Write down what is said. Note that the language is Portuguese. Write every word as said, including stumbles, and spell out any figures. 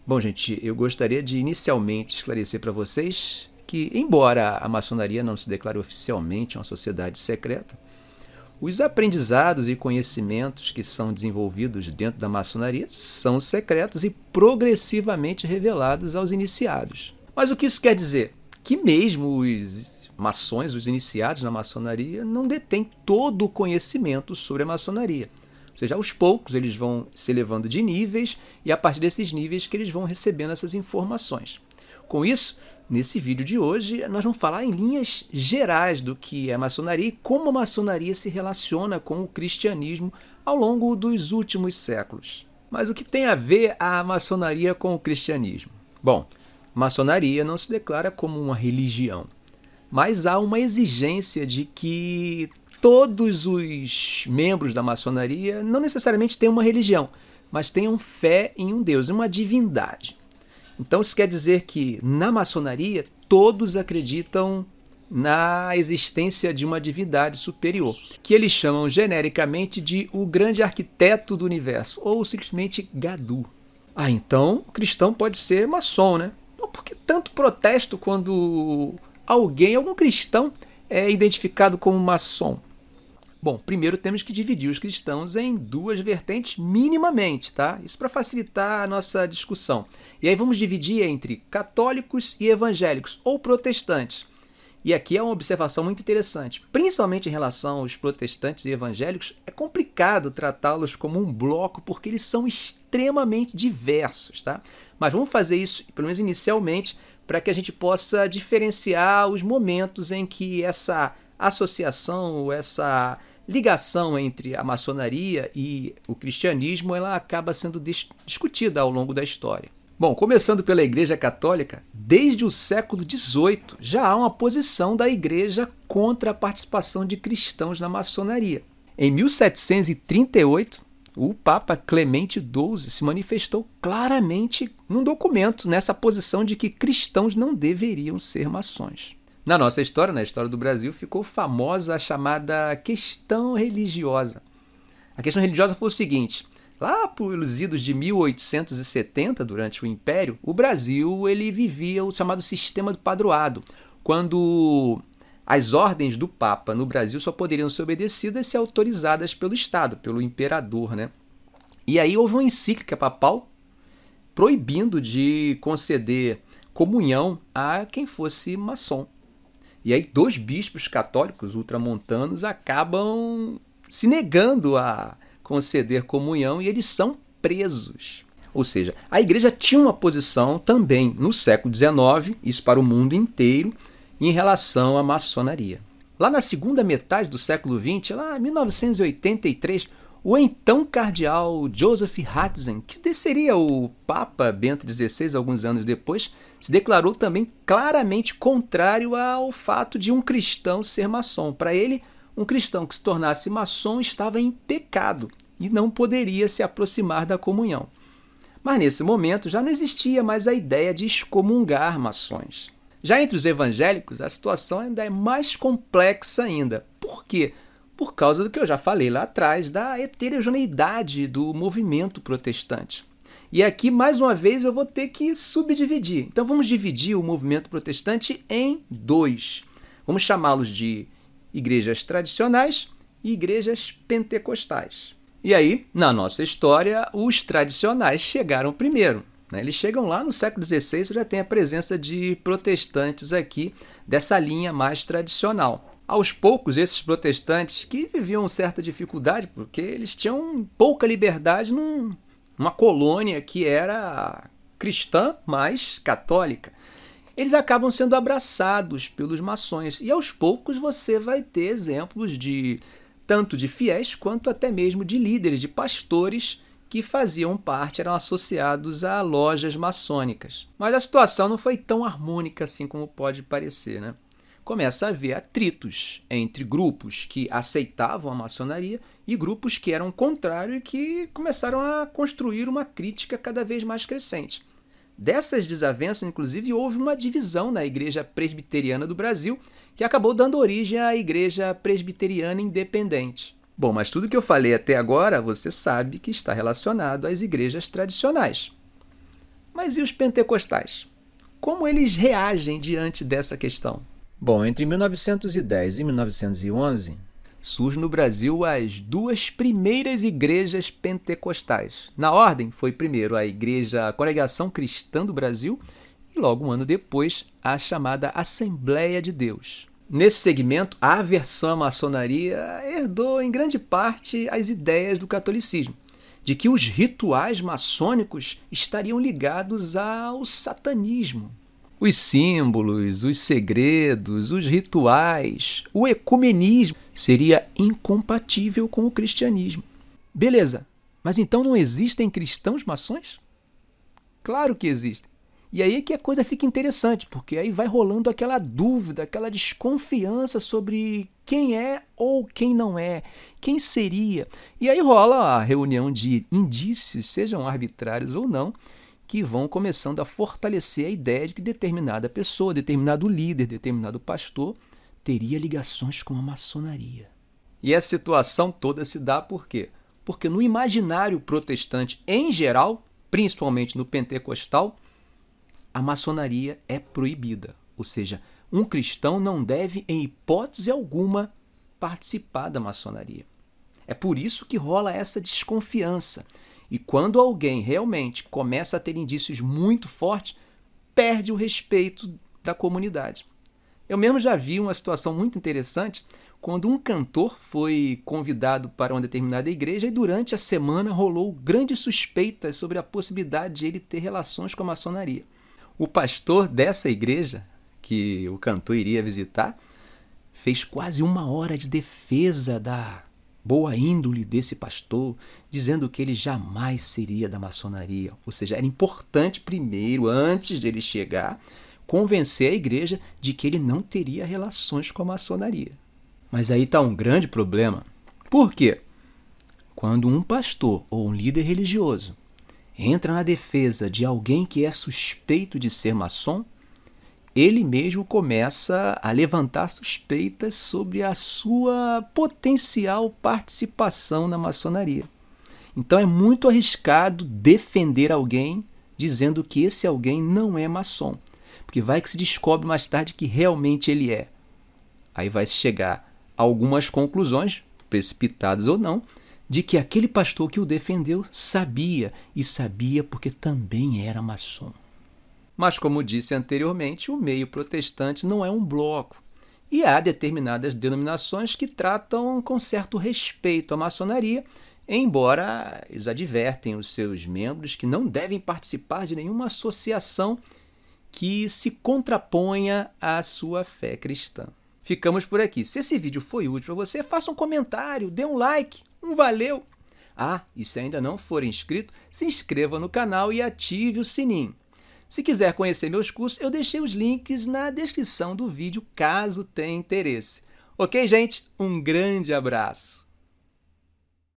Bom, gente, eu gostaria de inicialmente esclarecer para vocês que, embora a maçonaria não se declare oficialmente uma sociedade secreta, os aprendizados e conhecimentos que são desenvolvidos dentro da maçonaria são secretos e progressivamente revelados aos iniciados. Mas o que isso quer dizer? Que mesmo os maçons, os iniciados na maçonaria, não detêm todo o conhecimento sobre a maçonaria. Ou seja, aos poucos eles vão se elevando de níveis e a partir desses níveis que eles vão recebendo essas informações. Com isso, nesse vídeo de hoje, nós vamos falar em linhas gerais do que é a maçonaria e como a maçonaria se relaciona com o cristianismo ao longo dos últimos séculos. Mas o que tem a ver a maçonaria com o cristianismo? Bom, a maçonaria não se declara como uma religião, mas há uma exigência de que todos os membros da maçonaria não necessariamente tenham uma religião, mas tenham fé em um Deus, em uma divindade. Então isso quer dizer que na maçonaria todos acreditam na existência de uma divindade superior, que eles chamam genericamente de o grande arquiteto do universo, ou simplesmente Gadu. Ah, então o cristão pode ser maçom, né? Por que tanto protesto quando alguém, algum cristão, é identificado como maçom? Bom, primeiro temos que dividir os cristãos em duas vertentes minimamente, tá? Isso para facilitar a nossa discussão. E aí vamos dividir entre católicos e evangélicos, ou protestantes. E aqui é uma observação muito interessante. Principalmente em relação aos protestantes e evangélicos, é complicado tratá-los como um bloco, porque eles são extremamente diversos, tá? Mas vamos fazer isso, pelo menos inicialmente, para que a gente possa diferenciar os momentos em que essa associação, essa ligação entre a maçonaria e o cristianismo, ela acaba sendo dis- discutida ao longo da história. Bom, começando pela Igreja Católica, desde o século dezoito já há uma posição da Igreja contra a participação de cristãos na maçonaria. Em mil setecentos e trinta e oito, o Papa Clemente doze se manifestou claramente num documento nessa posição de que cristãos não deveriam ser maçons. Na nossa história, na história do Brasil, ficou famosa a chamada questão religiosa. A questão religiosa foi o seguinte: lá pelos idos de mil oitocentos e setenta, durante o Império, o Brasil ele vivia o chamado sistema do padroado, quando as ordens do Papa no Brasil só poderiam ser obedecidas se autorizadas pelo Estado, pelo imperador, né? E aí houve uma encíclica papal proibindo de conceder comunhão a quem fosse maçom. E aí dois bispos católicos ultramontanos acabam se negando a conceder comunhão e eles são presos. Ou seja, a igreja tinha uma posição também no século dezenove, isso para o mundo inteiro, em relação à maçonaria. Lá na segunda metade do século vinte, lá em mil novecentos e oitenta e três, o então cardeal Joseph Ratzinger, que seria o Papa Bento dezesseis alguns anos depois, se declarou também claramente contrário ao fato de um cristão ser maçom. Para ele, um cristão que se tornasse maçom estava em pecado e não poderia se aproximar da comunhão. Mas nesse momento já não existia mais a ideia de excomungar maçons. Já entre os evangélicos, a situação ainda é mais complexa ainda. Por quê? Por causa do que eu já falei lá atrás, da heterogeneidade do movimento protestante. E aqui, mais uma vez, eu vou ter que subdividir. Então vamos dividir o movimento protestante em dois. Vamos chamá-los de igrejas tradicionais e igrejas pentecostais. E aí, na nossa história, os tradicionais chegaram primeiro. Eles chegam lá no século dezesseis, já tem a presença de protestantes aqui, dessa linha mais tradicional. Aos poucos, esses protestantes que viviam certa dificuldade, porque eles tinham pouca liberdade num, numa colônia que era cristã, mas católica, eles acabam sendo abraçados pelos maçons. E aos poucos você vai ter exemplos de tanto de fiéis quanto até mesmo de líderes, de pastores que faziam parte, eram associados a lojas maçônicas. Mas a situação não foi tão harmônica assim como pode parecer, né? Começa a haver atritos entre grupos que aceitavam a maçonaria e grupos que eram contrários e que começaram a construir uma crítica cada vez mais crescente. Dessas desavenças, inclusive, houve uma divisão na Igreja Presbiteriana do Brasil, que acabou dando origem à Igreja Presbiteriana Independente. Bom, mas tudo que eu falei até agora, você sabe que está relacionado às igrejas tradicionais. Mas e os pentecostais? Como eles reagem diante dessa questão? Bom, entre mil novecentos e dez e mil novecentos e onze, surgem no Brasil as duas primeiras igrejas pentecostais. Na ordem, foi primeiro a Igreja Congregação Cristã do Brasil e logo um ano depois a chamada Assembleia de Deus. Nesse segmento, a aversão à maçonaria herdou em grande parte as ideias do catolicismo, de que os rituais maçônicos estariam ligados ao satanismo. Os símbolos, os segredos, os rituais, o ecumenismo seria incompatível com o cristianismo. Beleza, mas então não existem cristãos maçons? Claro que existem. E aí é que a coisa fica interessante, porque aí vai rolando aquela dúvida, aquela desconfiança sobre quem é ou quem não é, quem seria. E aí rola a reunião de indícios, sejam arbitrários ou não, que vão começando a fortalecer a ideia de que determinada pessoa, determinado líder, determinado pastor teria ligações com a maçonaria. E essa situação toda se dá por quê? Porque no imaginário protestante em geral, principalmente no pentecostal, a maçonaria é proibida. Ou seja, um cristão não deve, em hipótese alguma, participar da maçonaria. É por isso que rola essa desconfiança. E quando alguém realmente começa a ter indícios muito fortes, perde o respeito da comunidade. Eu mesmo já vi uma situação muito interessante quando um cantor foi convidado para uma determinada igreja e durante a semana rolou grandes suspeitas sobre a possibilidade de ele ter relações com a maçonaria. O pastor dessa igreja, que o cantor iria visitar, fez quase uma hora de defesa da boa índole desse pastor, dizendo que ele jamais seria da maçonaria. Ou seja, era importante primeiro, antes dele chegar, convencer a igreja de que ele não teria relações com a maçonaria. Mas aí está um grande problema. Por quê? Quando um pastor ou um líder religioso entra na defesa de alguém que é suspeito de ser maçom, ele mesmo começa a levantar suspeitas sobre a sua potencial participação na maçonaria. Então é muito arriscado defender alguém dizendo que esse alguém não é maçom, porque vai que se descobre mais tarde que realmente ele é. Aí vai se chegar a algumas conclusões, precipitadas ou não, de que aquele pastor que o defendeu sabia, e sabia porque também era maçom. Mas, como disse anteriormente, o meio protestante não é um bloco. E há determinadas denominações que tratam com certo respeito a maçonaria, embora eles advertem os seus membros que não devem participar de nenhuma associação que se contraponha à sua fé cristã. Ficamos por aqui. Se esse vídeo foi útil para você, faça um comentário, dê um like, um valeu. Ah, e se ainda não for inscrito, se inscreva no canal e ative o sininho. Se quiser conhecer meus cursos, eu deixei os links na descrição do vídeo, caso tenha interesse. Ok, gente? Um grande abraço!